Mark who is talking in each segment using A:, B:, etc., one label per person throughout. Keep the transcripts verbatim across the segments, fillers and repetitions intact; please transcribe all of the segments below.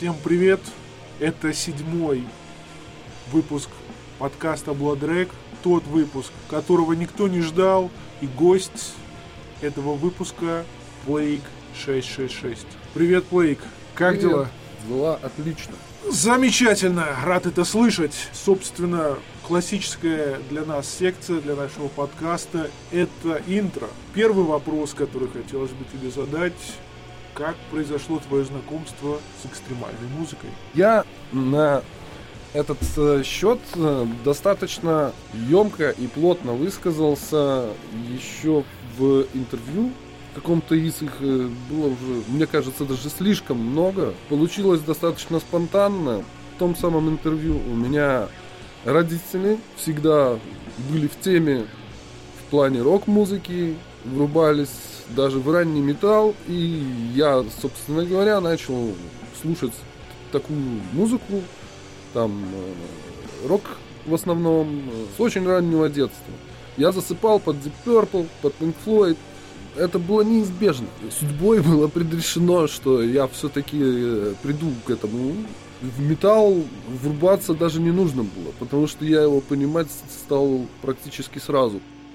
A: Всем привет! Это седьмой выпуск подкаста Blood-Rag. Тот выпуск, которого никто не ждал. И гость этого выпуска Plague шесть шесть шесть. Привет, Plague! Как
B: Привет.
A: дела?
B: Дела отлично.
A: Замечательно! Рад это слышать. Собственно, классическая для нас секция, для нашего подкаста — это интро. Первый вопрос, который хотелось бы тебе задать: как произошло твое знакомство с экстремальной музыкой?
B: Я на этот э, счет э, достаточно емко и плотно высказался еще в интервью. В каком-то из их э, было уже, мне кажется, даже слишком много. Получилось достаточно спонтанно. В том самом интервью у меня родители всегда были в теме в плане рок-музыки, врубались даже в ранний металл, и я, собственно говоря, начал слушать такую музыку, там, э, рок в основном, э, с очень раннего детства. Я засыпал под Deep Purple, под Pink Floyd. Это было неизбежно. Судьбой было предрешено, что я все-таки э, приду к этому. В металл врубаться даже не нужно было, потому что я его понимать стал практически сразу.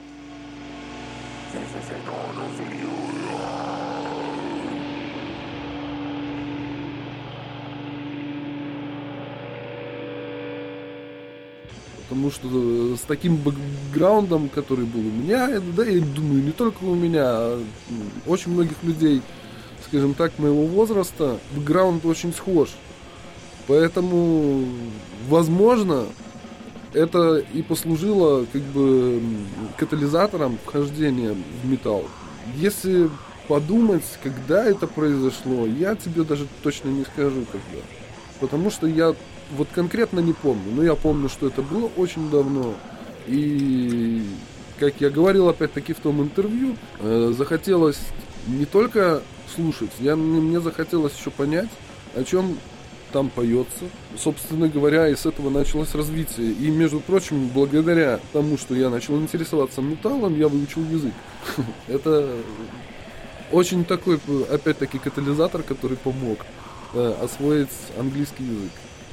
B: Потому что с таким бэкграундом, который был у меня, да, я думаю, не только у меня, а очень многих людей, скажем так, моего возраста, бэкграунд очень схож. Поэтому, возможно, это и послужило как бы катализатором вхождения в металл. Если подумать, когда это произошло, я тебе даже точно не скажу, когда. Потому что я вот конкретно не помню, но я помню, что это было очень давно. И, как я говорил опять-таки в том интервью, э, захотелось не только слушать, я, мне захотелось еще понять, о чем там поется. Собственно говоря, и с этого началось развитие. И, между прочим, благодаря тому, что я начал интересоваться металлом, я выучил язык. Это очень такой, опять-таки, катализатор, который помог э, освоить английский язык.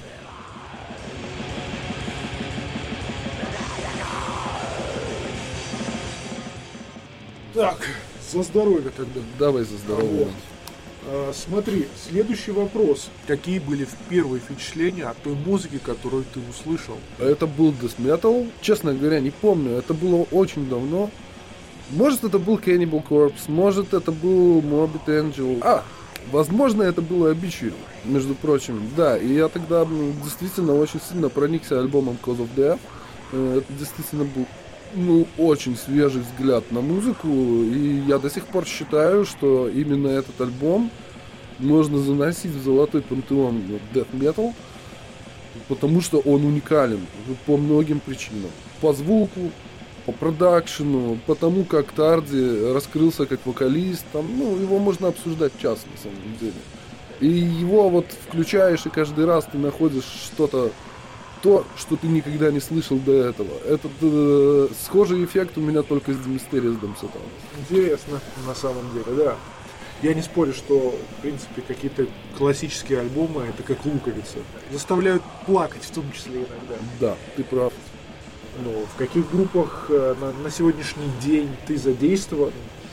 A: Так, за здоровье тогда.
B: Давай за здоровье.
A: Вот. А, смотри, следующий вопрос. Какие были первые впечатления от той музыки, которую ты услышал?
B: Это был Death Metal. Честно говоря, не помню. Это было очень давно. Может, это был Cannibal Corpse, может, это был Morbid Angel. А, возможно, это было Obituary, между прочим. Да, и я тогда действительно очень сильно проникся альбомом Cause of Death. Это действительно был, ну, очень свежий взгляд на музыку, и я до сих пор считаю, что именно этот альбом можно заносить в золотой пантеон Death Metal, потому что он уникален по многим причинам. По звуку, по продакшену, по тому, как Тарди раскрылся как вокалист, там, ну, его можно обсуждать час на самом деле. И его вот включаешь, и каждый раз ты находишь что-то, то, что ты никогда не слышал до этого. Этот э, схожий эффект у меня только с Mysterious Dom Satanas.
A: Интересно, на самом деле, да. Я не спорю, что, в принципе, какие-то классические альбомы, это как луковица, заставляют плакать, в том числе иногда.
B: Да, ты прав.
A: Ну, в каких группах э, на, на сегодняшний день ты задействован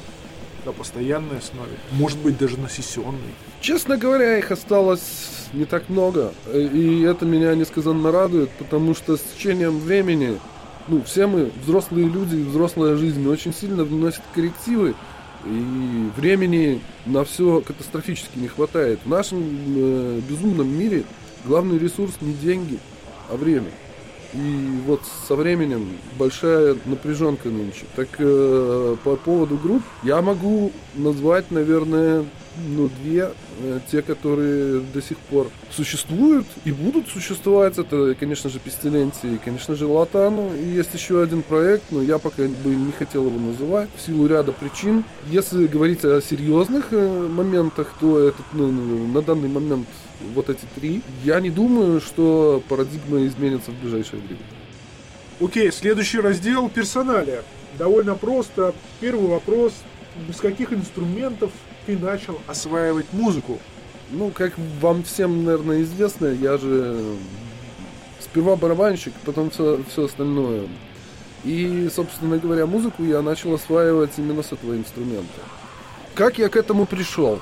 A: на постоянной основе? Может быть, даже на сессионной?
B: Честно говоря, их осталось не так много. И это меня несказанно радует, потому что с течением времени, ну, все мы взрослые люди, взрослая жизнь очень сильно вносит коррективы. И времени на все катастрофически не хватает. В нашем э, безумном мире главный ресурс не деньги, а время. И вот со временем большая напряженка нынче. Так э, по поводу групп я могу назвать, наверное, ну, две, э, те, которые до сих пор существуют и будут существовать. Это, конечно же, Pestilentiae и, конечно же, Латану. И есть еще один проект, но я пока бы не хотел его называть в силу ряда причин. Если говорить о серьезных э, моментах, то это, ну, на данный момент вот эти три. Я не думаю, что парадигма изменится в ближайшее время.
A: Окей, следующий раздел — персоналия. Довольно просто. Первый вопрос: с каких инструментов ты начал осваивать музыку?
B: Ну, как вам всем, наверное, известно, я же сперва барабанщик, потом все, все остальное. И, собственно говоря, музыку я начал осваивать именно с этого инструмента. Как я к этому пришел?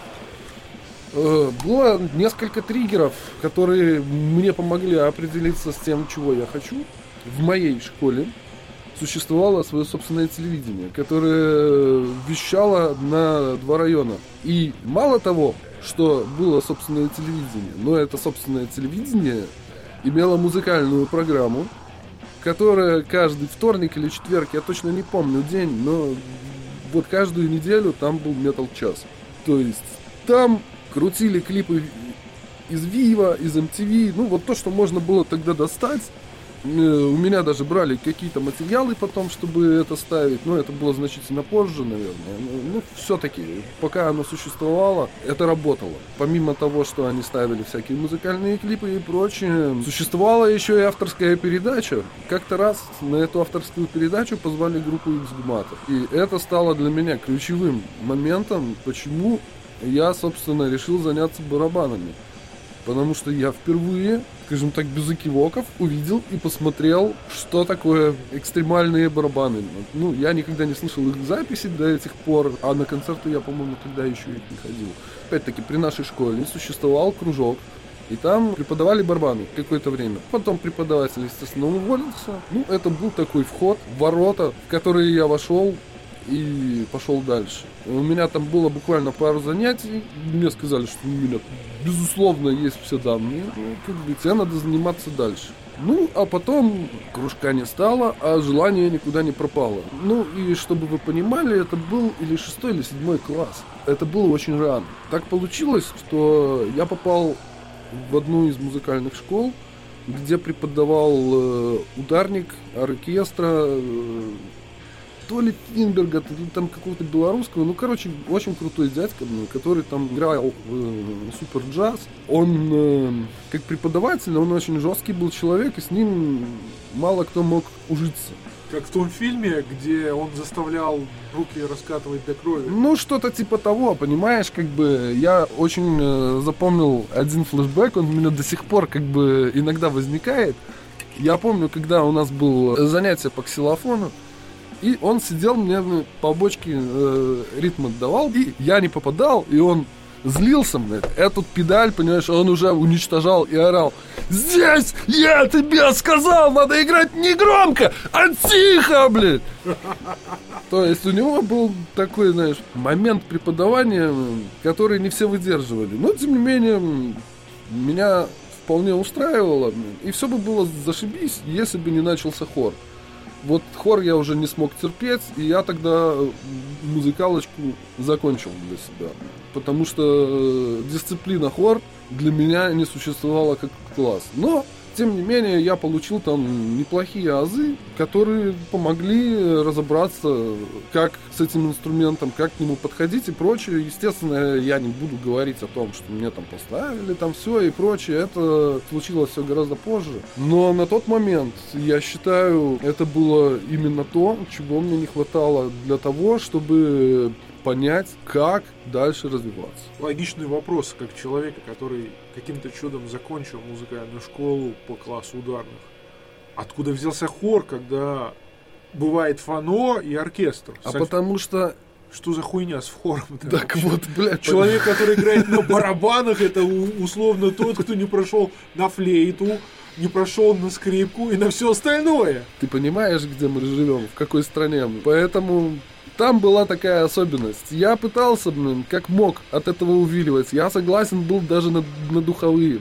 B: Было несколько триггеров, которые мне помогли определиться с тем, чего я хочу. В моей школе существовало свое собственное телевидение, которое вещало на два района. И мало того, что было собственное телевидение, но это собственное телевидение имело музыкальную программу, которая каждый вторник или четверг, я точно не помню день, но вот каждую неделю там был метал-час. То есть там крутили клипы из Вива, из эм ти ви, ну вот то, что можно было тогда достать. У меня даже брали какие-то материалы потом, чтобы это ставить, но это было значительно позже, наверное. Ну, все-таки, пока оно существовало, это работало. Помимо того, что они ставили всякие музыкальные клипы и прочее, существовала еще и авторская передача. Как-то раз на эту авторскую передачу позвали группу X-Gumator. И это стало для меня ключевым моментом, почему я, собственно, решил заняться барабанами. Потому что я впервые, скажем так, без экивоков увидел и посмотрел, что такое экстремальные барабаны. Ну, я никогда не слышал их записи до этих пор, а на концерты я, по-моему, тогда еще и не ходил. Опять-таки, при нашей школе существовал кружок, и там преподавали барабаны какое-то время. Потом преподаватель, естественно, уволился. Ну, это был такой вход, ворота, в которые я вошел и пошел дальше. У меня там было буквально пару занятий. Мне сказали, что у меня, безусловно, есть все данные. Ну, как бы, тебе надо заниматься дальше. Ну, а потом кружка не стало, а желание никуда не пропало. Ну, и чтобы вы понимали, это был или шестой, или седьмой класс. Это было очень рано. Так получилось, что я попал в одну из музыкальных школ, где преподавал э, ударник оркестра, э, то ли Кинберга, то ли там какого-то белорусского, ну, короче, очень крутой дядька, который там играл э, супер джаз. Он, э, как преподаватель, он очень жесткий был человек, и с ним мало кто мог ужиться.
A: Как в том фильме, где он заставлял руки раскатывать до крови.
B: Ну, что-то типа того, понимаешь, как бы я очень э, запомнил один флешбэк, он у меня до сих пор как бы иногда возникает. Я помню, когда у нас было занятие по ксилофону, и он сидел, мне по бочке э, ритм отдавал, и я не попадал, и он злился мне. Эту педаль, понимаешь, он уже уничтожал и орал: «Здесь я тебе сказал, надо играть не громко, а тихо, блядь!» То есть у него был такой, знаешь, момент преподавания, который не все выдерживали. Но, тем не менее, меня вполне устраивало, и все бы было зашибись, если бы не начался хор. Вот хор я уже не смог терпеть, и я тогда музыкалочку закончил для себя. Потому что дисциплина хор для меня не существовала как класс. Но, тем не менее, я получил там неплохие азы, которые помогли разобраться, как с этим инструментом, как к нему подходить и прочее. Естественно, я не буду говорить о том, что мне там поставили там все и прочее. Это случилось все гораздо позже. Но на тот момент, я считаю, это было именно то, чего мне не хватало для того, чтобы понять, как дальше развиваться.
A: Логичный вопрос, как человека, который каким-то чудом закончил музыкальную школу по классу ударных. Откуда взялся хор, когда бывает фано и оркестр?
B: А Сальф... потому что...
A: Что за хуйня с хором?
B: Так вот, блядь.
A: Человек, который играет на барабанах, это условно тот, кто не прошел на флейту, не прошел на скрипку и на все остальное.
B: Ты понимаешь, где мы живем, в какой стране? Поэтому... Там была такая особенность. Я пытался, блин, как мог от этого увиливать. Я согласен был даже на, на духовые.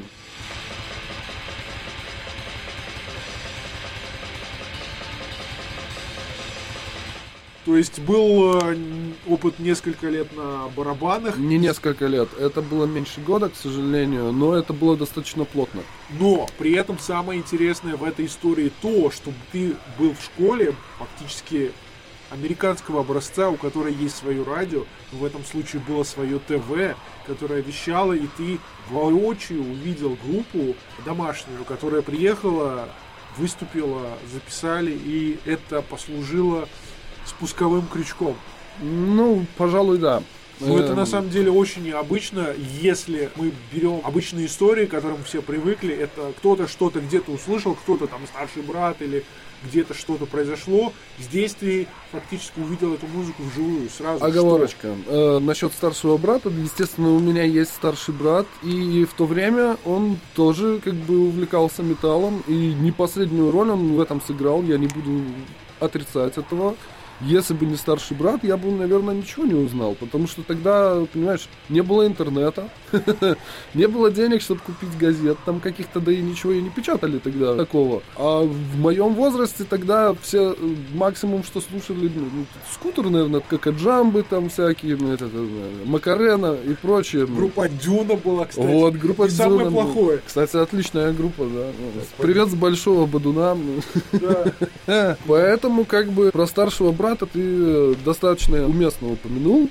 A: То есть был э, опыт несколько лет на барабанах?
B: Не несколько лет. Это было меньше года, к сожалению, но это было достаточно плотно.
A: Но при этом самое интересное в этой истории то, что ты был в школе фактически американского образца, у которой есть свое радио, но в этом случае было свое ТВ, которое вещало, и ты воочию увидел группу домашнюю, которая приехала, выступила, записали, и это послужило спусковым крючком.
B: Ну, пожалуй, да.
A: Ну, это на самом деле очень необычно, если мы берем обычные истории, к которым все привыкли. Это кто-то что-то где-то услышал, кто-то там старший брат или где-то что-то произошло. Здесь ты фактически увидел эту музыку вживую сразу.
B: Оговорочка. Э, насчет старшего брата, естественно, у меня есть старший брат, и в то время он тоже как бы увлекался металлом, и не последнюю роль он в этом сыграл, я не буду отрицать этого. Если бы не старший брат, я бы, наверное, ничего не узнал, потому что тогда, понимаешь, не было интернета, не было денег, чтобы купить газет, там каких-то, да и ничего и не печатали тогда такого. А в моем возрасте тогда все максимум, что слушали, ну, скутер, наверное, как Джамбы там всякие, ну, это, это, Макарена и прочее.
A: Группа Дюна была, кстати.
B: Вот, группа
A: Дюна. Самое плохое.
B: Кстати, отличная группа, да. Господи. Привет с Большого Бадуна.
A: Да.
B: Поэтому, как бы, про старшего брата ты достаточно уместно упомянул.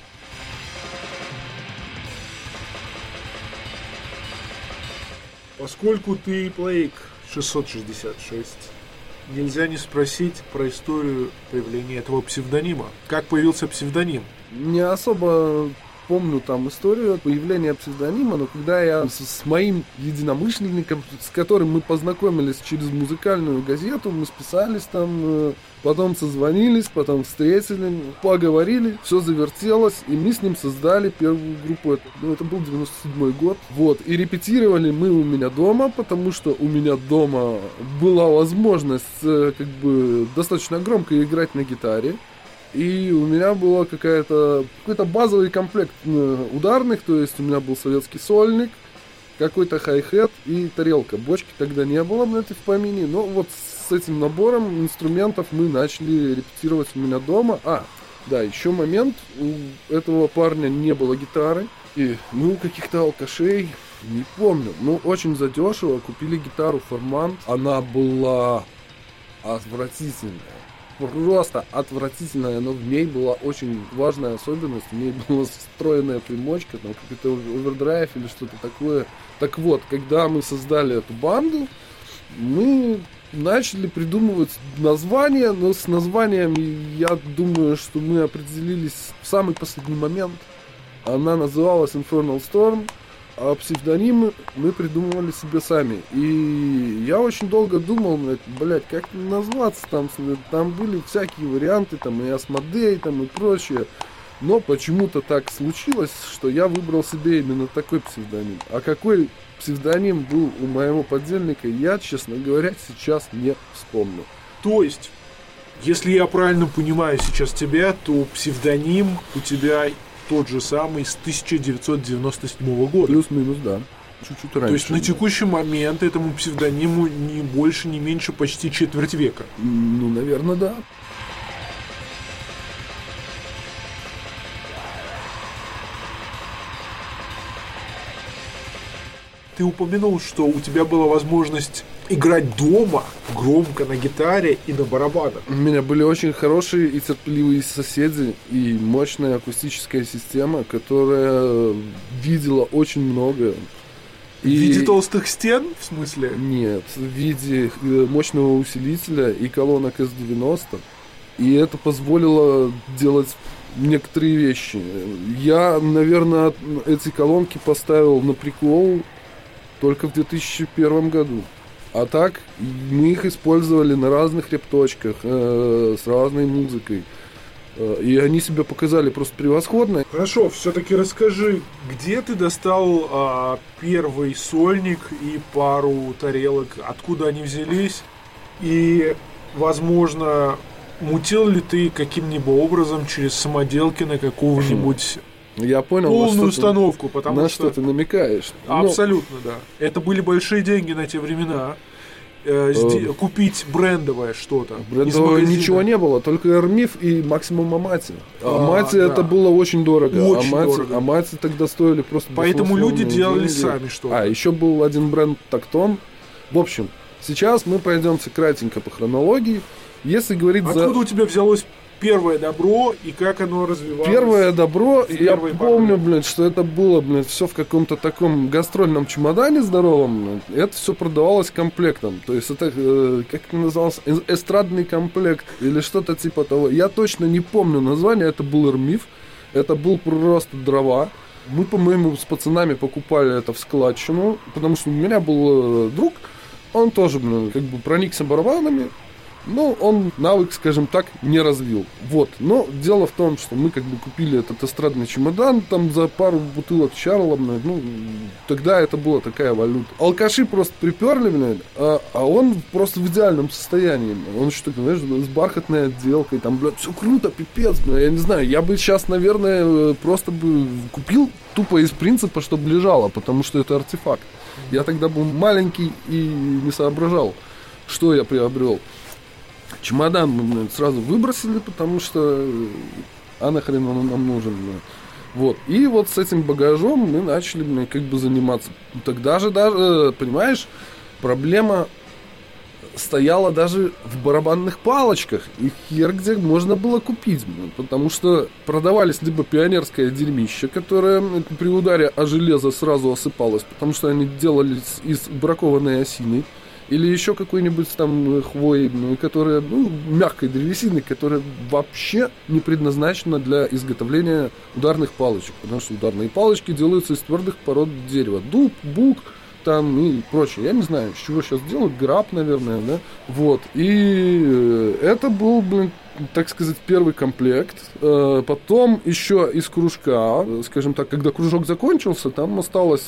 A: Поскольку ты Plague шестьсот шестьдесят шесть, нельзя не спросить про историю появления этого псевдонима. Как появился псевдоним?
B: Не особо помню там историю появления псевдонима, но когда я с, с моим единомышленником, с которым мы познакомились через музыкальную газету, мы списались там, потом созвонились, потом встретили, поговорили, все завертелось, и мы с ним создали первую группу. Ну, это был девяносто седьмой год. Вот. И репетировали мы у меня дома, потому что у меня дома была возможность как бы достаточно громко играть на гитаре. И у меня была какая-то какой-то базовый комплект ударных, то есть у меня был советский сольник, какой-то хай-хет и тарелка. Бочки тогда не было, знаете, в помине, но вот с этим набором инструментов мы начали репетировать у меня дома. А, да, еще момент, у этого парня не было гитары, и мы у каких-то алкашей, не помню, но очень задешево купили гитару Формант, она была отвратительная. Просто отвратительная, но в ней была очень важная особенность, в ней была встроенная примочка, там какой-то овердрайв или что-то такое. Так вот, когда мы создали эту банду, мы начали придумывать название, но с названием я думаю, что мы определились в самый последний момент. Она называлась Infernal Storm, а псевдонимы мы придумывали себе сами. И я очень долго думал, блядь, как назваться там. Там были всякие варианты, там и Асмодей, там и прочее. Но почему-то так случилось, что я выбрал себе именно такой псевдоним. А какой псевдоним был у моего подельника, я, честно говоря, сейчас не вспомню.
A: То есть, если я правильно понимаю сейчас тебя, то псевдоним у тебя тот же самый с тысяча девятьсот девяносто седьмого года.
B: Плюс-минус, да. Чуть-чуть раньше.
A: То есть на текущий момент этому псевдониму не больше, не меньше почти четверть века.
B: Ну, наверное, да.
A: Ты упомянул, что у тебя была возможность играть дома, громко на гитаре и на барабанах.
B: У меня были очень хорошие и терпеливые соседи, и мощная акустическая система, которая видела очень многое.
A: В виде толстых стен, в смысле?
B: Нет, в виде мощного усилителя и колонок эс девяносто. И это позволило делать некоторые вещи. Я, наверное, эти колонки поставил на прикол только в две тысячи первом году. А так, мы их использовали на разных репточках, э, с разной музыкой. Э, и они себя показали просто превосходно.
A: Хорошо, все-таки расскажи, где ты достал а, первый сольник и пару тарелок? Откуда они взялись? И, возможно, мутил ли ты каким-нибудь образом через самоделки на какого-нибудь...
B: Я понял,
A: полную установку, ты, потому
B: на
A: что...
B: что ты намекаешь.
A: Абсолютно, Но... да. Это были большие деньги на те времена. Э, сде... Купить брендовое что-то.
B: Брендового ничего не было, только Эрмиф и Максимум Амати.
A: А,
B: Амати
A: да.
B: это было очень дорого.
A: Очень
B: Амати,
A: дорого.
B: Амати тогда стоили просто...
A: Поэтому люди делали
B: деньги.
A: сами что-то.
B: А, еще был один бренд Тактон. В общем, сейчас мы пройдемся кратенько по хронологии. Если говорить
A: Откуда
B: за...
A: у тебя взялось первое добро и как оно развивалось?
B: Первое добро, я помню,
A: пары.
B: блядь, что это было, блядь, все в каком-то таком гастрольном чемодане здоровом, блядь. Это все продавалось комплектом. То есть это, э, как это называлось, эстрадный комплект или что-то типа того. Я точно не помню название, это был Эрмиф. Это был просто дрова. Мы, по-моему, с пацанами покупали это в складчину, потому что у меня был друг, он тоже, блин, как бы проникся барабанами, но он навык, скажем так, не развил. Вот. Но дело в том, что мы как бы купили этот эстрадный чемодан там за пару бутылок Чарла, ну, тогда это была такая валюта. Алкаши просто приперли, блин, а, а он просто в идеальном состоянии. Он еще такой, знаешь, с бархатной отделкой, там, блядь, все круто, пипец, блин, я не знаю, я бы сейчас, наверное, просто бы купил тупо из принципа, чтобы лежало, потому что это артефакт. Я тогда был маленький и не соображал, что я приобрел. Чемодан мы, блин, сразу выбросили, потому что а нахрен он нам нужен, блин. Вот. И вот с этим багажом мы начали, блин, как бы заниматься. Тогда же даже, понимаешь, проблема стояла даже в барабанных палочках. Их хер где можно было купить, блин, потому что продавались либо пионерское дерьмище, которое при ударе о железо сразу осыпалось, потому что они делались из бракованной осины. Или еще какой-нибудь там хвои, которая, ну, мягкой древесины, которая вообще не предназначена для изготовления ударных палочек. Потому что ударные палочки делаются из твердых пород дерева. Дуб, бук, там и прочее. Я не знаю, с чего сейчас делают. Граб, наверное, да? Вот. И это был, блин, так сказать, первый комплект. Потом еще из кружка, скажем так, когда кружок закончился, там осталось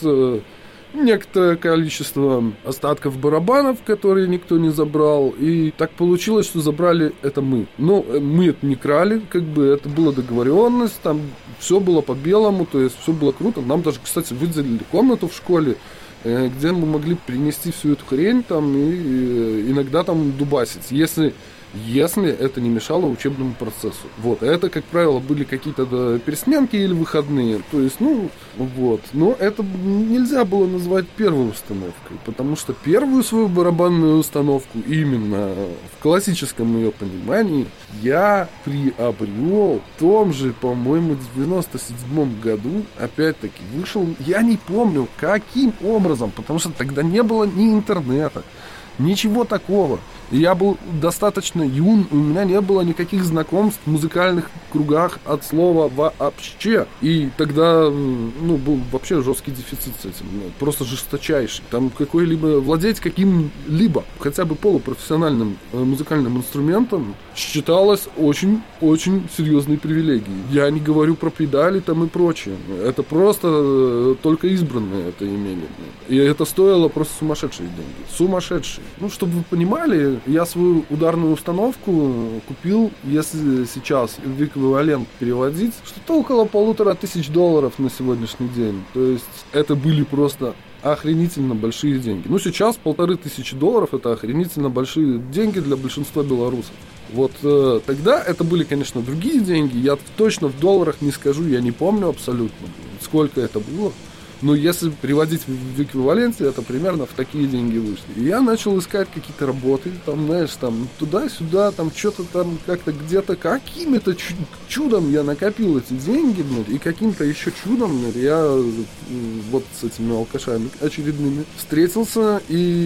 B: некоторое количество остатков барабанов, которые никто не забрал. И так получилось, что забрали это мы. Но мы это не крали, как бы это была договоренность, там все было по-белому, то есть все было круто. Нам даже, кстати, выделили комнату в школе, где мы могли принести всю эту хрень там и иногда там дубасить. Если... Если это не мешало учебному процессу. Вот. Это, как правило, были какие-то да, пересменки или выходные. То есть, ну, вот. Но это нельзя было назвать первой установкой. Потому что первую свою барабанную установку, именно в классическом ее понимании, я приобрел в том же, по-моему, девяносто седьмом году. Опять-таки, вышел, я не помню, каким образом. Потому что тогда не было ни интернета, ничего такого. Я был достаточно юн, у меня не было никаких знакомств в музыкальных кругах от слова вообще. И тогда, ну, был вообще жесткий дефицит с этим, просто жесточайший. Там какой-либо, владеть каким-либо, хотя бы полупрофессиональным музыкальным инструментом считалось очень-очень серьезной привилегией. Я не говорю про педали там и прочее. Это просто только избранные это имели. И это стоило просто сумасшедшие деньги. Сумасшедшие. Ну, чтобы вы понимали, я свою ударную установку купил, если сейчас в эквивалент переводить, что-то около полутора тысяч долларов на сегодняшний день. То есть это были просто охренительно большие деньги. Ну, сейчас полторы тысячи долларов это охренительно большие деньги для большинства белорусов. Вот э, тогда это были, конечно, другие деньги. Я точно в долларах не скажу, я не помню абсолютно, сколько это было. Но если переводить в эквиваленте, это примерно в такие деньги вышли. И я начал искать какие-то работы, там, знаешь, там, туда-сюда, там, что-то там, как-то где-то, каким-то чудом я накопил эти деньги, блин, и каким-то еще чудом, блин, я вот с этими алкашами очередными встретился,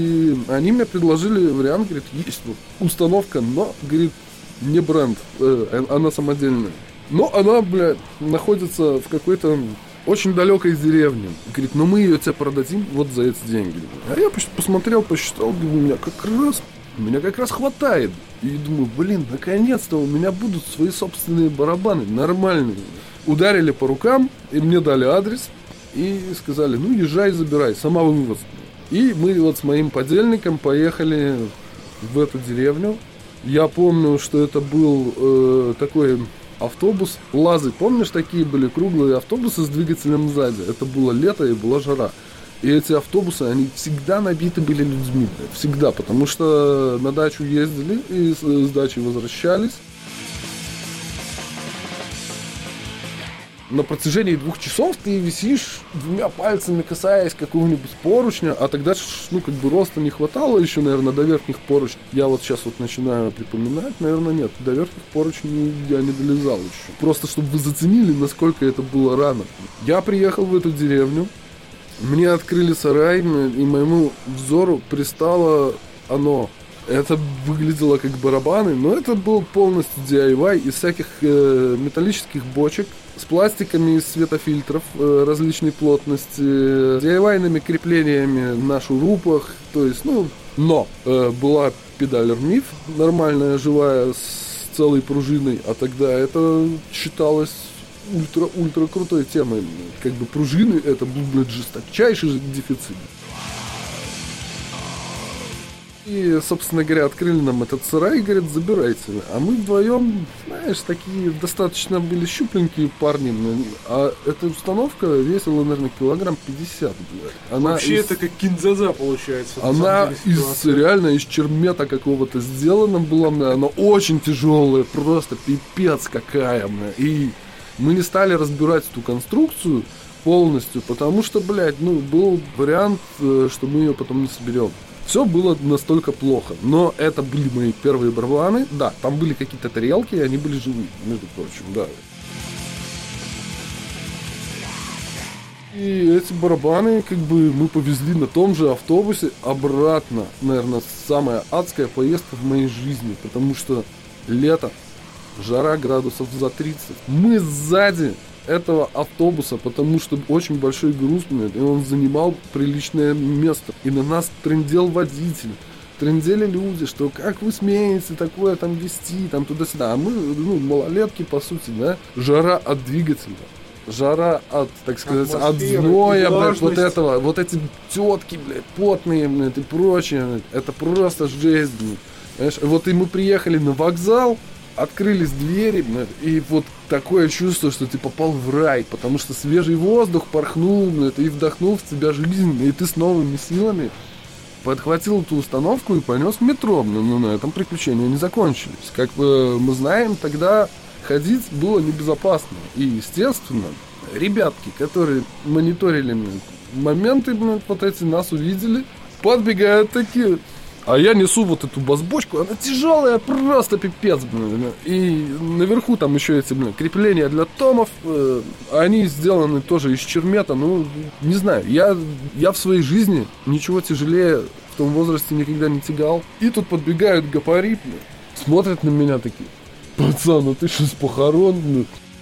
B: и они мне предложили вариант, говорит, есть вот установка, но, говорит, не бренд, э, она самодельная. Но она, блядь, находится в какой-то очень далекой деревне. Говорит, ну мы ее тебе продадим вот за эти деньги. А я посмотрел, посчитал, думаю, у меня как раз, у меня как раз хватает. И думаю, блин, наконец-то у меня будут свои собственные барабаны, нормальные. Ударили по рукам, и мне дали адрес, и сказали, ну езжай, забирай, сама вывоз. И мы вот с моим подельником поехали в эту деревню. Я помню, что это был э, такой... автобус, лазы, помнишь, такие были круглые автобусы с двигателем сзади? Это было лето и была жара. И эти автобусы, они всегда набиты были людьми. Всегда, потому что на дачу ездили и с дачи возвращались. На протяжении двух часов ты висишь двумя пальцами, касаясь какого-нибудь поручня, а тогда, ну, как бы роста не хватало еще, наверное, до верхних поручней. Я вот сейчас вот начинаю припоминать, наверное, нет, до верхних поручней я не долезал еще. Просто, чтобы вы заценили, насколько это было рано. Я приехал в эту деревню, мне открыли сарай, и моему взору пристало оно. Это выглядело как барабаны, но это был полностью ди ай вай из всяких э, металлических бочек. с пластиками из светофильтров э, различной плотности, ди ай вай-ными креплениями на шурупах, то есть, ну, но э, была педаль эр эм и эф, нормальная, живая, с целой пружиной, а тогда это считалось ультра-ультра крутой темой. Как бы пружины, это был, блядь, жесточайший дефицит. И, собственно говоря, открыли нам этот сарай и говорят, забирайте. А мы вдвоем, знаешь, такие достаточно были щупленькие парни. А эта установка весила, наверное, килограмм пятьдесят. Блядь. Она
A: Вообще
B: из...
A: это как кинзаза получается.
B: Она деле, из, реально из чермета какого-то сделана была. Бля. Она очень тяжелая, просто пипец какая. Бля. И мы не стали разбирать эту конструкцию полностью, потому что, блядь, ну, был вариант, что мы ее потом не соберем. Все было настолько плохо, но это были мои первые барабаны. Да, там были какие-то тарелки, и они были живые, между прочим, да. И эти барабаны, как бы, мы повезли на том же автобусе обратно. Наверное, самая адская поездка в моей жизни, потому что лето, жара градусов за тридцать. Мы сзади этого автобуса, потому что очень большой груз, и он занимал приличное место. И на нас трындел водитель, трындели люди, что как вы смеете такое там вести, там туда-сюда. А мы, ну, малолетки, по сути, да. Жара от двигателя, жара от, так сказать, от зноя, блядь, вот этого, вот эти тетки, блядь, потные, блядь, и прочее, блядь, это просто жесть, блядь. Понимаешь? Вот и мы приехали на вокзал, открылись двери, блядь, и вот такое чувство, что ты попал в рай, потому что свежий воздух порхнул, блядь, и вдохнул в тебя жизнь, и ты с новыми силами подхватил эту установку и понес в метро. Но на этом приключения не закончились. Как мы знаем, тогда ходить было небезопасно. И, естественно, ребятки, которые мониторили моменты, блядь, вот эти, нас увидели, подбегают такие... А я несу вот эту басбочку, она тяжелая, просто пипец, блин. И наверху там еще эти, блин, крепления для томов, э, они сделаны тоже из чермета, ну, не знаю, я, я в своей жизни ничего тяжелее в том возрасте никогда не тягал. И тут подбегают гопари, блин, смотрят на меня такие: пацан, а ты что, с похорон, блин?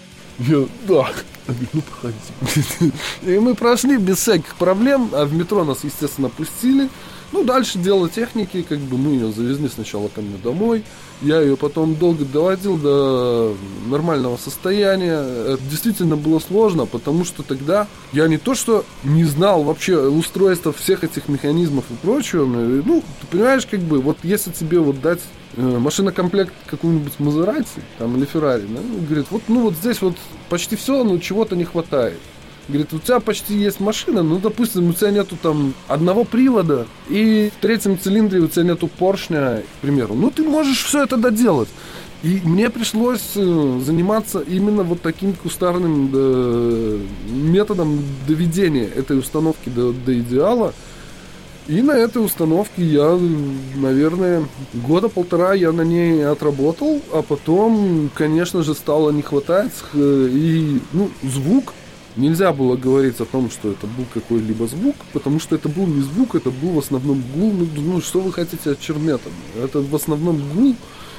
B: Я, да. Ну, проходи. И мы прошли без всяких проблем, а в метро нас, естественно, пустили. Ну, дальше дело техники, как бы мы ее завезли сначала ко мне домой. Я ее потом долго доводил до нормального состояния. Это действительно было сложно, потому что тогда я не то что не знал вообще устройства всех этих механизмов и прочего. Ну, ты понимаешь, как бы, вот если тебе вот дать э, машинокомплект какую-нибудь Мазерати там, или Феррари, да, говорит, вот, ну, вот здесь вот почти все, но чего-то не хватает. Говорит, у тебя почти есть машина, ну, допустим, у тебя нету там одного привода, и в третьем цилиндре у тебя нету поршня, к примеру. Ну, ты можешь все это доделать. И мне пришлось заниматься именно вот таким кустарным да, методом доведения этой установки до, до идеала. И на этой установке я, наверное, года полтора я на ней отработал, а потом, конечно же, стало не хватать. И, ну, звук. Нельзя было говорить о том, что это был какой-либо звук, потому что это был не звук, это был в основном гул. Ну, ну что вы хотите от чермета? Это в основном гул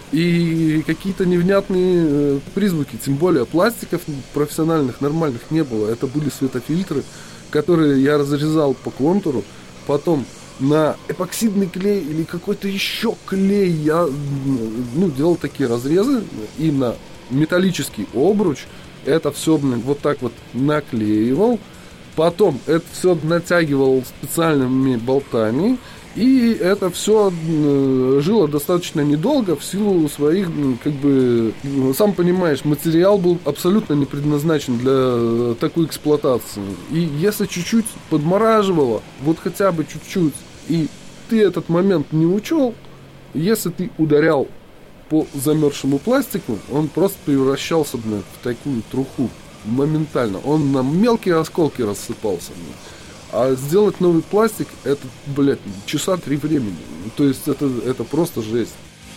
B: и какие-то невнятные э, призвуки. Тем более пластиков профессиональных, нормальных не было. Это были светофильтры, которые я разрезал по контуру. Потом на эпоксидный клей или какой-то еще клей я ну, делал такие разрезы. И на металлический обруч это все, блин, вот так вот наклеивал. Потом это все натягивал специальными болтами. И это все э, жило достаточно недолго в силу своих, как бы, сам понимаешь, материал был абсолютно не предназначен для такой эксплуатации. И если чуть-чуть подмораживало, вот хотя бы чуть-чуть, и ты этот момент не учел, если ты ударял по замерзшему пластику, он просто превращался, блин, в такую труху моментально. Он на мелкие осколки рассыпался, блин. А сделать новый пластик, это, блядь, часа три времени. То есть это, это просто жесть.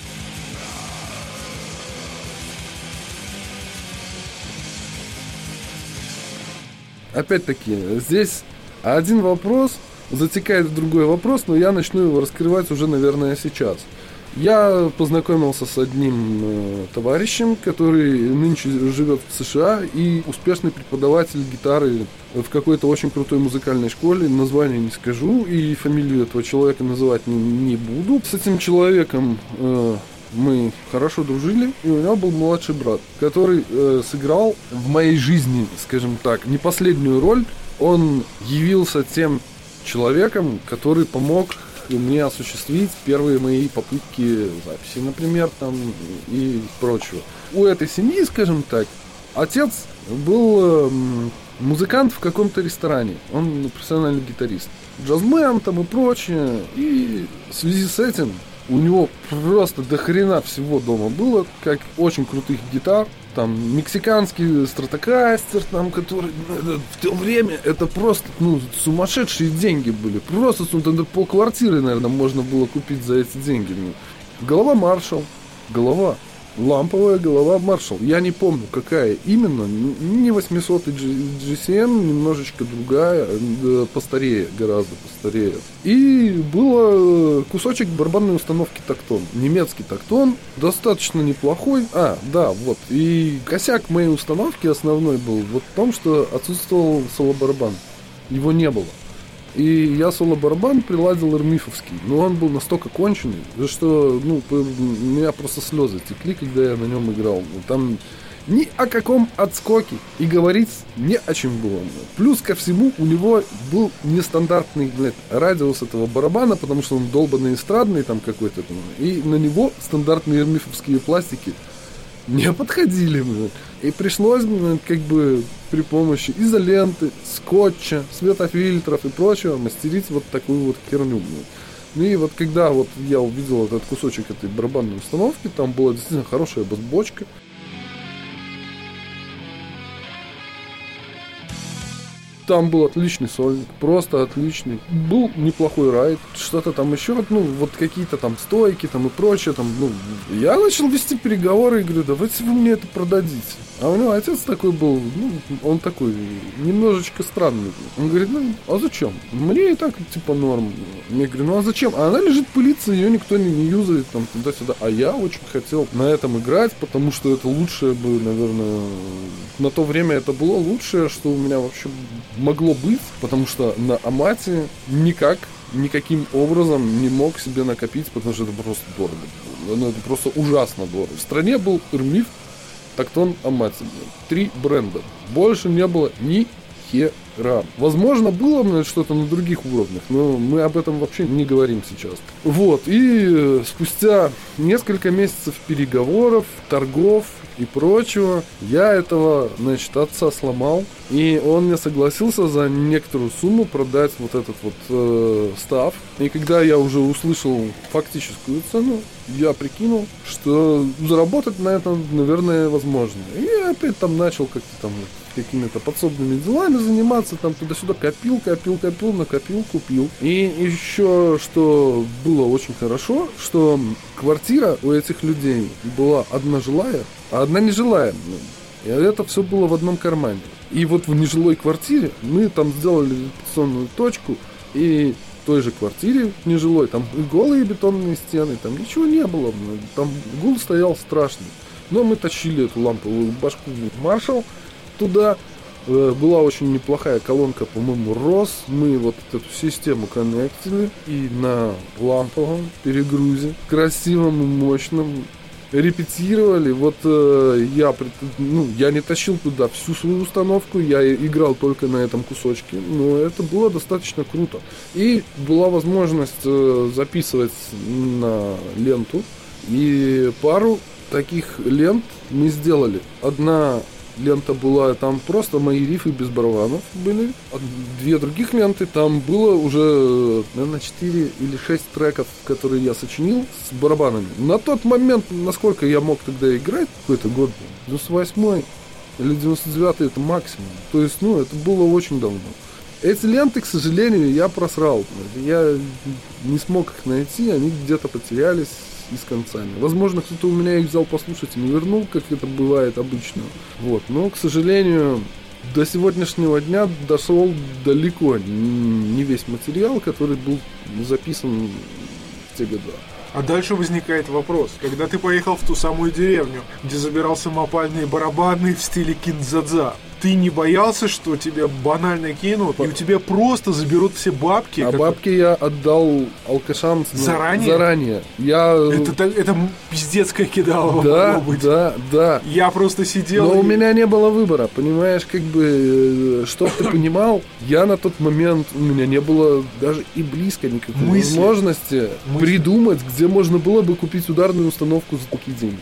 B: Опять-таки, здесь один вопрос затекает в другой вопрос, но я начну его раскрывать уже, наверное, сейчас. Я познакомился с одним э, товарищем, который нынче живет в США и успешный преподаватель гитары в какой-то очень крутой музыкальной школе. Название не скажу и фамилию этого человека называть не, не буду. С этим человеком э, мы хорошо дружили, и у него был младший брат, который э, сыграл в моей жизни, скажем так, не последнюю роль. Он явился тем человеком, который помог мне осуществить первые мои попытки записи, например, там и прочего. У этой семьи, скажем так, отец был э, музыкант в каком-то ресторане. Он профессиональный гитарист. Джазмен там и прочее. И в связи с этим у него просто до хрена всего дома было, как очень крутых гитар. Там мексиканский стратокастер, там, который ну, в то время это просто ну, сумасшедшие деньги были. Просто ну, полквартиры, наверное, можно было купить за эти деньги. Голова Маршалл, голова, ламповая голова Маршалл. Я не помню, какая именно, не восьмисотый джи си эм, немножечко другая, постарее, гораздо постарее. И был кусочек барабанной установки Тактон, немецкий Тактон, достаточно неплохой. А, да, вот. И косяк моей установки основной был вот в том, что отсутствовал соло-барабан. Его не было. И я соло-барабан приладил эрмифовский. Но он был настолько конченый, что ну, у меня просто слезы текли, когда я на нем играл. Там ни о каком отскоке и говорить не о чем было. Плюс ко всему у него был нестандартный блядь, радиус этого барабана, потому что он долбанный эстрадный там какой-то. И на него стандартные эрмифовские пластики не подходили. Блядь. И пришлось как бы при помощи изоленты, скотча, светофильтров и прочего мастерить вот такую вот херню. Ну и вот когда вот я увидел этот кусочек этой барабанной установки, там была действительно хорошая бас-бочка. Там был отличный сольник, просто отличный. Был неплохой райд, что-то там еще, ну, вот какие-то там стойки там и прочее. Там, ну, я начал вести переговоры и говорю, давайте вы мне это продадите. А у него отец такой был, ну, он такой немножечко странный. Он говорит, ну, а зачем? Мне и так, типа, норм. Я говорю, ну, а зачем? А она лежит пылиться, ее никто не, не юзает, там, туда-сюда. А я очень хотел на этом играть, потому что это лучшее бы, наверное, на то время это было лучшее, что у меня вообще могло быть, потому что на Амате никак, никаким образом не мог себе накопить, потому что это просто дорого. Ну, это просто ужасно дорого. В стране был Эрмиф, Тактон, Амати. Три бренда. Больше не было ни хера. Возможно, было наверное, что-то на других уровнях, но мы об этом вообще не говорим сейчас. Вот, и спустя несколько месяцев переговоров, торгов и прочего, я этого, значит, отца сломал, и он мне согласился за некоторую сумму продать вот этот вот э, став. И когда я уже услышал фактическую цену, я прикинул, что заработать на этом, наверное, возможно. И я опять там начал как-то там какими-то подсобными делами заниматься, там туда-сюда копил, копил, копил, накопил, купил. И еще, что было очень хорошо, что квартира у этих людей была одна жилая, а одна нежилая. И это все было в одном кармане. И вот в нежилой квартире мы там сделали репетиционную точку, и в той же квартире нежилой, там голые бетонные стены, там ничего не было, там гул стоял страшный. Но мы тащили эту ламповую башку Маршалл туда. Была очень неплохая колонка, по-моему, Рос. Мы вот эту систему коннектили и на ламповом перегрузе, красивом и мощном, репетировали. Вот э, я, ну, я не тащил туда всю свою установку, я играл только на этом кусочке, но это было достаточно круто. И была возможность э, записывать на ленту, и пару таких лент мы сделали. Одна лента была, там просто мои рифы без барабанов были. А две других ленты, там было уже, наверное, четыре или шесть треков, которые я сочинил с барабанами. На тот момент, насколько я мог тогда играть, какой-то год, девяносто восьмой или девяносто девятый, это максимум. То есть, ну, это было очень давно. Эти ленты, к сожалению, я просрал. Я не смог их найти, они где-то потерялись и с концами. Возможно, кто-то у меня их взял послушать и не вернул, как это бывает обычно. Вот. Но, к сожалению, до сегодняшнего дня дошел далеко не весь материал, который был записан в те годы.
A: А дальше возникает вопрос. Когда ты поехал в ту самую деревню, где забирал самопальные барабаны в стиле киндзадза, ты не боялся, что тебя банально кинут, и у тебя просто заберут все бабки?
B: А
A: как...
B: бабки я отдал алкашам
A: заранее?
B: Заранее. Я...
A: Это, это пиздец как кидалово.
B: Да, да, да.
A: Я просто сидел...
B: Но
A: и...
B: у меня не было выбора, понимаешь, как бы, чтоб ты понимал, я на тот момент, у меня не было даже и близко никакой
A: Мысли.
B: возможности
A: Мысли.
B: придумать, где можно было бы купить ударную установку за такие деньги.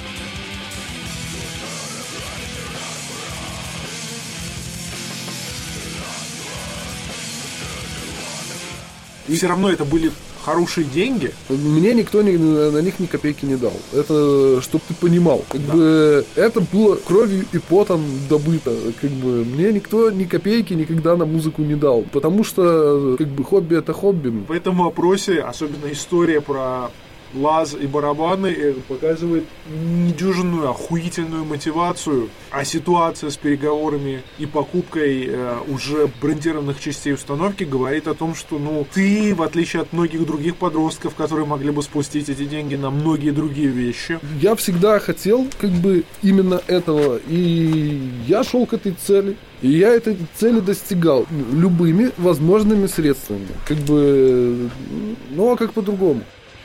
A: И все равно это были хорошие деньги.
B: Мне никто ни, на них ни копейки не дал. Это, чтоб ты понимал. Как да. бы, это было кровью и потом добыто. Как бы, мне никто ни копейки никогда на музыку не дал. Потому что как бы, хобби это хобби.
A: В этом вопросе, особенно история про лаз и барабаны, показывает недюжинную, охуительную мотивацию. А ситуация с переговорами и покупкой э, уже брендированных частей установки говорит о том, что ну ты, в отличие от многих других подростков, которые могли бы спустить эти деньги на многие другие вещи.
B: Я всегда хотел как бы именно этого. И я шел к этой цели. И я этой цели достигал любыми возможными средствами. Как бы, ну а как по-другому?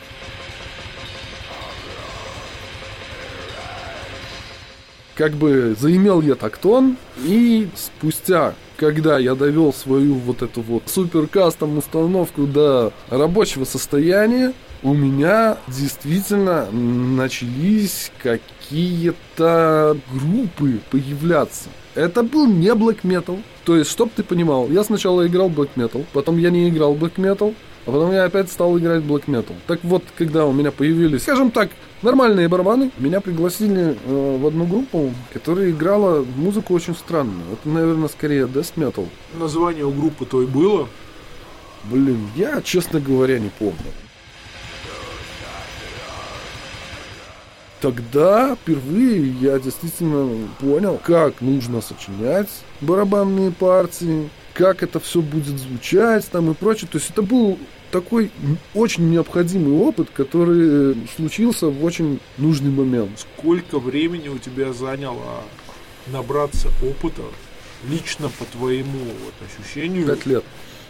B: Как бы заимел я тактон, и спустя, когда я довел свою вот эту вот супер кастом установку до рабочего состояния, у меня действительно начались какие-то группы появляться. Это был не black metal. То есть, чтоб ты понимал, я сначала играл black metal, потом я не играл black metal, а потом я опять стал играть black metal. Так вот, когда у меня появились, скажем так, нормальные барабаны, меня пригласили э, в одну группу, которая играла музыку очень странную. Это, наверное, скорее death metal.
A: Название у группы той было?
B: Блин, я, честно говоря, не помню. Тогда впервые я действительно понял, как нужно сочинять барабанные партии, как это все будет звучать там и прочее. То есть это был такой очень необходимый опыт, который случился в очень нужный момент.
A: Сколько времени у тебя заняло набраться опыта лично по твоему вот ощущению?
B: Пять лет.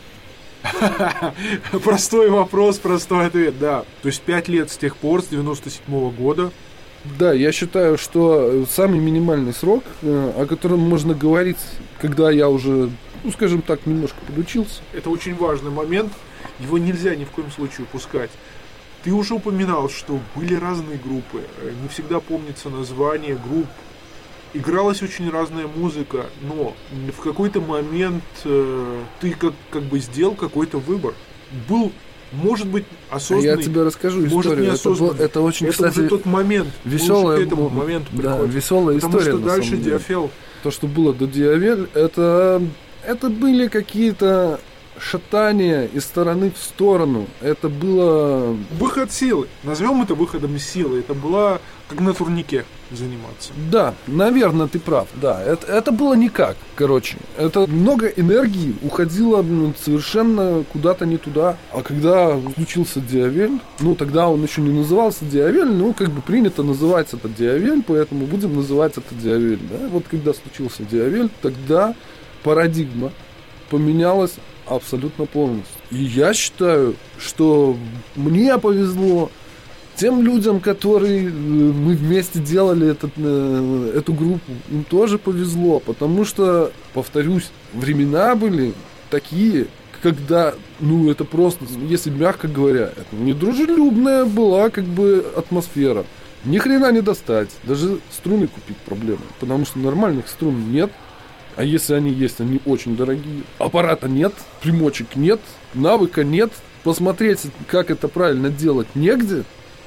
A: Простой вопрос, простой ответ, да. То есть пять лет с тех пор, с девяносто седьмого года.
B: Да, я считаю, что самый минимальный срок, о котором можно говорить, когда я уже, ну, скажем так, немножко подучился.
A: Это очень важный момент, его нельзя ни в коем случае упускать. Ты уже упоминал, что были разные группы, не всегда помнится название групп, игралась очень разная музыка, но в какой-то момент э, ты как, как бы сделал какой-то выбор. Был, может быть, осознанный.
B: Я тебе расскажу историю.
A: Это, был,
B: это очень,
A: это
B: кстати,
A: уже тот момент.
B: веселая,
A: к этому моменту
B: да,
A: приходим.
B: веселая
A: Потому
B: история.
A: Потому что дальше Диафел.
B: То, что было до Диавель, это, это были какие-то шатания из стороны в сторону. Это было...
A: Выход силы. Назовем это выходом силы. Это было как на турнике заниматься.
B: Да, наверное, ты прав. Да, это, это было никак, короче. Это много энергии уходило совершенно куда-то не туда. А когда случился Диавель, ну, тогда он еще не назывался Диавель, ну, как бы принято называть это Диавель, поэтому будем называть это Диавель, да. Вот когда случился Диавель, тогда парадигма поменялась абсолютно полностью. И я считаю, что мне повезло, тем людям, которые мы вместе делали этот, эту группу, им тоже повезло, потому что, повторюсь, времена были такие, когда, ну, это просто, если мягко говоря, это недружелюбная была как бы атмосфера. Ни хрена не достать, даже струны купить проблема, потому что нормальных струн нет. А если они есть, они очень дорогие. Аппарата нет, примочек нет, навыка нет. Посмотреть, как это правильно делать, негде.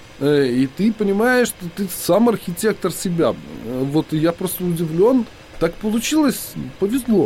B: И ты понимаешь, что ты сам архитектор себя. Вот я просто удивлен. Так получилось, повезло,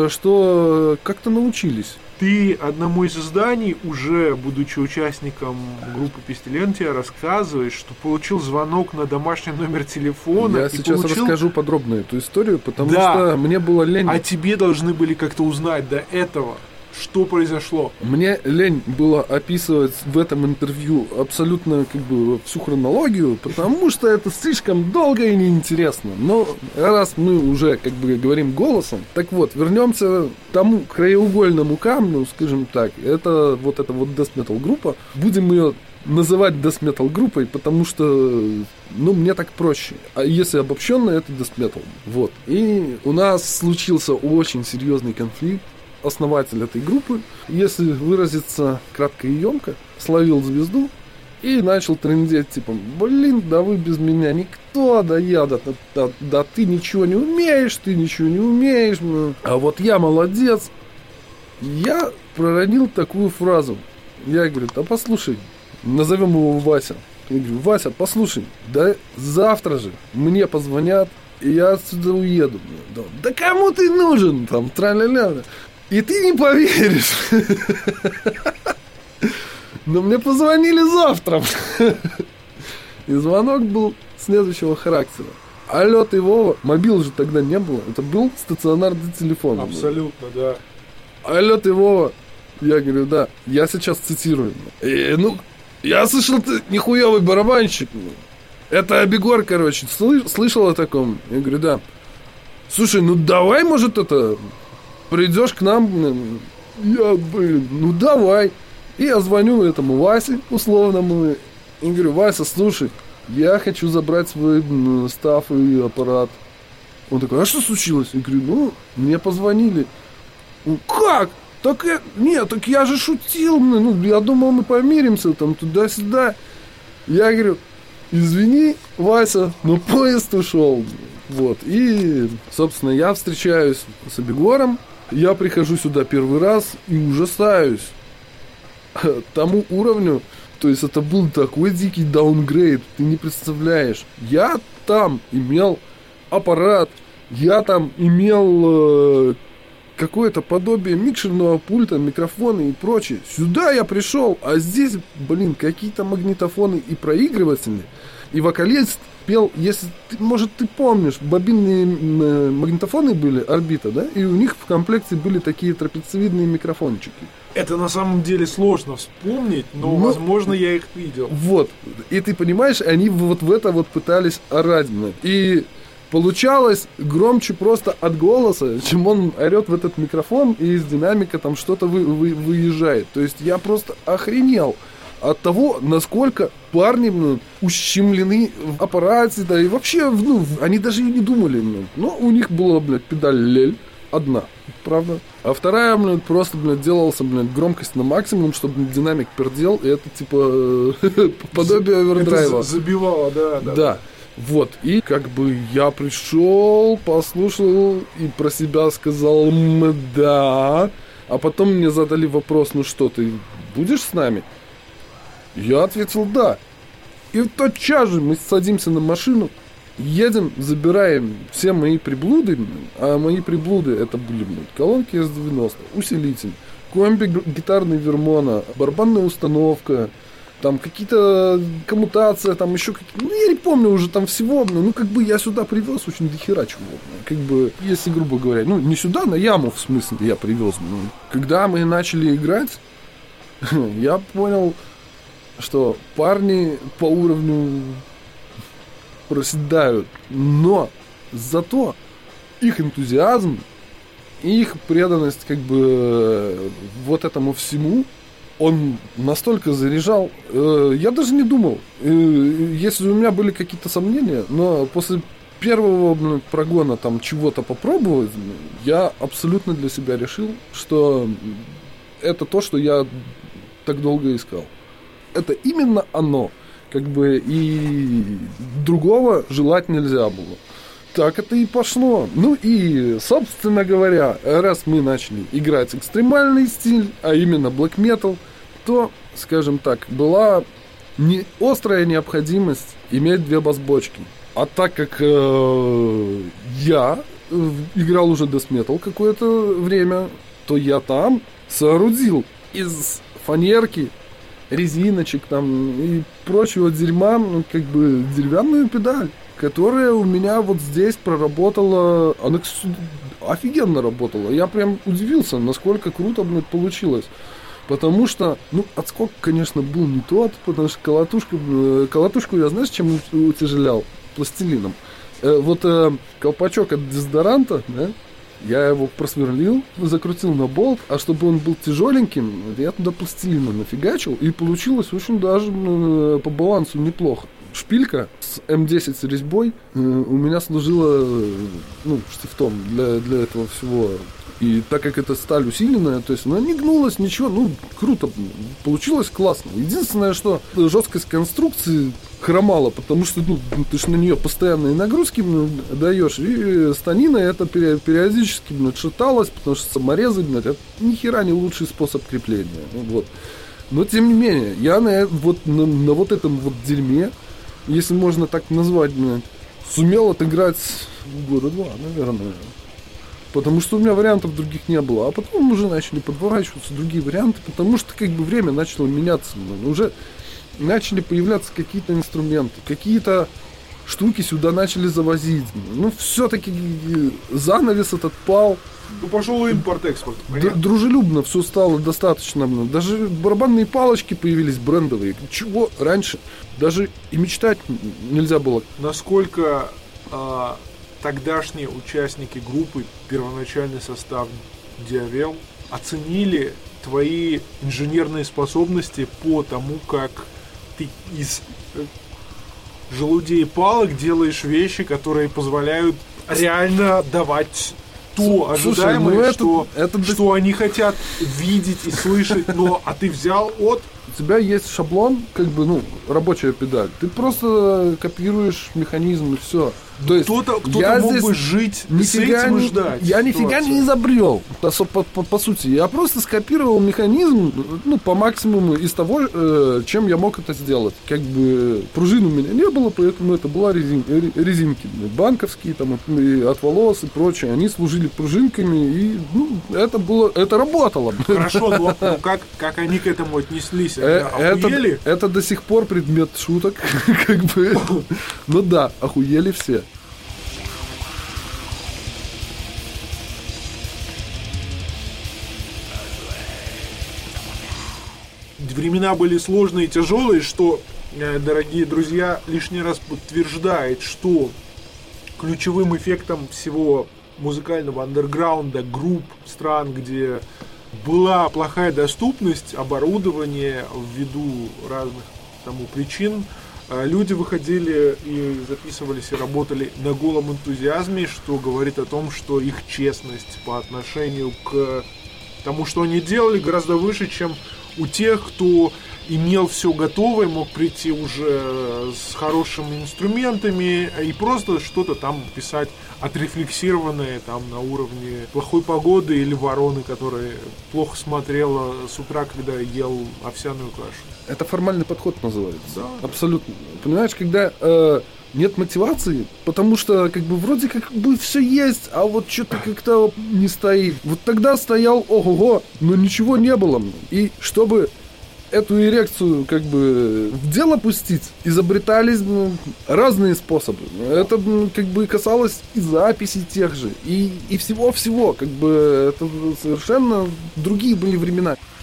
B: что как-то научились.
A: Ты одному из изданий, уже будучи участником группы Пестилентия, рассказываешь, что получил звонок на домашний номер телефона.
B: Я
A: и
B: сейчас
A: получил...
B: расскажу подробно эту историю, потому
A: да.
B: что мне было лень.
A: А тебе должны были как-то узнать до этого, Что произошло?
B: Мне лень было описывать в этом интервью абсолютно как бы всю хронологию, потому что это слишком долго и неинтересно. Но раз мы уже как бы говорим голосом, так вот, вернемся к тому краеугольному камню, скажем так. Это вот эта вот Death Metal группа. Будем ее называть Death Metal группой, потому что, ну, мне так проще. А если обобщенно, это Death Metal. Вот. И у нас случился очень серьезный конфликт. Основатель этой группы, если выразиться кратко и емко, словил звезду и начал трындеть, типа, блин, да вы без меня никто, да я, да, да, да, да ты ничего не умеешь, ты ничего не умеешь, а вот я молодец. Я проронил такую фразу. Я говорю, да послушай, назовем его Вася. Я говорю, Вася, послушай, да завтра же мне позвонят, и я отсюда уеду. Да, да кому ты нужен? Там, тра-ля-ля. И ты не поверишь. Но мне позвонили завтра. И звонок был следующего характера. Алло, ты Вова? Мобил же тогда не было. Это был стационарный телефон.
A: Абсолютно, да.
B: Алло, ты Вова? Я говорю, да. Я сейчас цитирую. И, ну, я слышал, ты нихуевый барабанщик. Это Абегор, короче. Слыш, слышал о таком? Я говорю, да. Слушай, ну давай, может, это... Придешь к нам, я, блин, ну давай. И я звоню этому Васе, условному, и говорю, Вася, слушай, я хочу забрать свой стаф и аппарат. Он такой, а что случилось? Я говорю, ну, мне позвонили. Он, как? Так, я, нет, так я же шутил, ну, я думал, мы помиримся, там, туда-сюда. Я говорю, извини, Вася, но поезд ушел. Вот, и, собственно, я встречаюсь с Абегором. Я прихожу сюда первый раз и ужасаюсь тому уровню. То есть это был такой дикий даунгрейд, ты не представляешь. Я там имел аппарат, я там имел э, какое-то подобие микшерного пульта, микрофона и прочее. Сюда я пришел, а здесь, блин, какие-то магнитофоны и проигрыватели. И вокалист пел, если ты, может, ты помнишь, бобинные э, магнитофоны были, орбита, да? И у них в комплекте были такие трапециевидные микрофончики.
A: Это на самом деле сложно вспомнить, но, ну, возможно, я их видел.
B: Вот. И ты понимаешь, они вот в это вот пытались орать. И получалось громче просто от голоса, чем он орет в этот микрофон, и из динамика там что-то вы, вы, выезжает. То есть я просто охренел от того, насколько парни, ну, ущемлены в аппарате, да, и вообще, ну, они даже и не думали, ну, но у них была, блядь, педаль лель, одна, правда, а вторая, блядь, просто, блядь, делался, блядь, громкость на максимум, чтобы блядь, динамик пердел, и это, типа, подобие овердрайва.
A: Это забивало, да, да.
B: Да, вот, и как бы я пришел, послушал и про себя сказал «да», а потом мне задали вопрос, ну что, ты будешь с нами? Я ответил «да». И в тот час же мы садимся на машину, едем, забираем все мои приблуды, а мои приблуды это были, блин, колонки эс девяносто, усилитель, комби гитарный Вермона, барабанная установка, там какие-то коммутация, там еще какие-то, ну я не помню уже там всего, ну как бы я сюда привез очень дохера чего, как бы, если грубо говоря, ну не сюда, на яму в смысле я привез. Ну, когда мы начали играть, я понял, что парни по уровню проседают, но зато их энтузиазм и их преданность как бы вот этому всему, он настолько заряжал, э, я даже не думал, э, если у меня были какие-то сомнения, но после первого, блин, прогона там чего-то попробовать, я абсолютно для себя решил, что это то, что я так долго искал. Это именно оно. Как бы и другого желать нельзя было. Так это и пошло. Ну и, собственно говоря, раз мы начали играть экстремальный стиль, а именно black metal, то, скажем так, была не острая необходимость иметь две бас-бочки. А так как э, я играл уже death metal какое-то время, то я там соорудил из фанерки, резиночек там и прочего дерьма, ну, как бы деревянную педаль, которая у меня вот здесь проработала, она, офигенно работало. Я прям удивился, насколько круто, блядь, получилось. Потому что, ну, отскок, конечно, был не тот, потому что колотушку, колотушку я, знаешь, чем утяжелял? Пластилином. Э, вот э, колпачок от дезодоранта, да, я его просверлил, закрутил на болт, а чтобы он был тяжеленьким, я туда пластилина нафигачил, и получилось очень даже э, по балансу неплохо. Шпилька с эм десять с резьбой э, у меня служила, э, ну, штифтом для, для этого всего. И так как это сталь усиленная, то есть она не гнулась, ничего, ну, круто, получилось классно. Единственное, что жесткость конструкции хромала, потому что, ну, ты же на нее постоянные нагрузки, ну, даешь, и станина это периодически, ну, шаталась, потому что саморезы, ну, это ни хера не лучший способ крепления, вот. Но, тем не менее, я на, вот, на, на вот этом вот дерьме, если можно так назвать, ну, сумел отыграть года два, наверное. Потому что у меня вариантов других не было. А потом уже начали подворачиваться другие варианты, потому что как бы время начало меняться. Уже начали появляться какие-то инструменты, какие-то штуки сюда начали завозить. Ну, все-таки занавес этот пал.
A: Ну, пошел импорт-экспорт.
B: Д- дружелюбно все стало достаточно. Даже барабанные палочки появились брендовые. Чего раньше даже и мечтать нельзя было.
A: Насколько... А... тогдашние участники группы, первоначальный состав Диавел, оценили твои инженерные способности по тому, как ты из желудей палок делаешь вещи, которые позволяют реально давать то ожидаемое, Слушай, ну что, это, это... что они хотят видеть и слышать, но а ты взял от...
B: У тебя есть шаблон, как бы, ну, рабочая педаль. Ты просто копируешь механизм и все. То есть
A: кто-то, кто-то я мог здесь бы жить с этим и ждать.
B: Я нифига не изобрел, по, по, по, по сути. Я просто скопировал механизм, ну, по максимуму из того, э, чем я мог это сделать. Как бы пружин у меня не было, поэтому это была резин, резинки банковские, там, от волос и прочее. Они служили пружинками, и, ну, это было, это работало.
A: Хорошо, но как, как они к этому отнеслись? Охуели?
B: Это, это до сих пор предмет шуток, как бы. Ну да, охуели все.
A: Времена были сложные и тяжелые, что, дорогие друзья, лишний раз подтверждает, что ключевым эффектом всего музыкального андерграунда, групп, стран, где была плохая доступность оборудования ввиду разных тому причин, люди выходили и записывались и работали на голом энтузиазме, что говорит о том, что их честность по отношению к тому, что они делали, гораздо выше, чем у тех, кто имел все готовое, мог прийти уже с хорошими инструментами и просто что-то там писать отрефлексированное там на уровне плохой погоды или вороны, которая плохо смотрела с утра, когда ел овсяную кашу.
B: Это формальный подход называется.
A: Да.
B: Абсолютно. Понимаешь, когда э, нет мотивации, потому что как бы вроде как бы все есть, а вот что-то как-то не стоит. Вот тогда стоял ого-го, но ничего не было. И чтобы эту эрекцию как бы в дело пустить, изобретались, ну, разные способы. Это, ну, как бы касалось и записей тех же, и, и всего-всего. Как бы это совершенно другие были времена.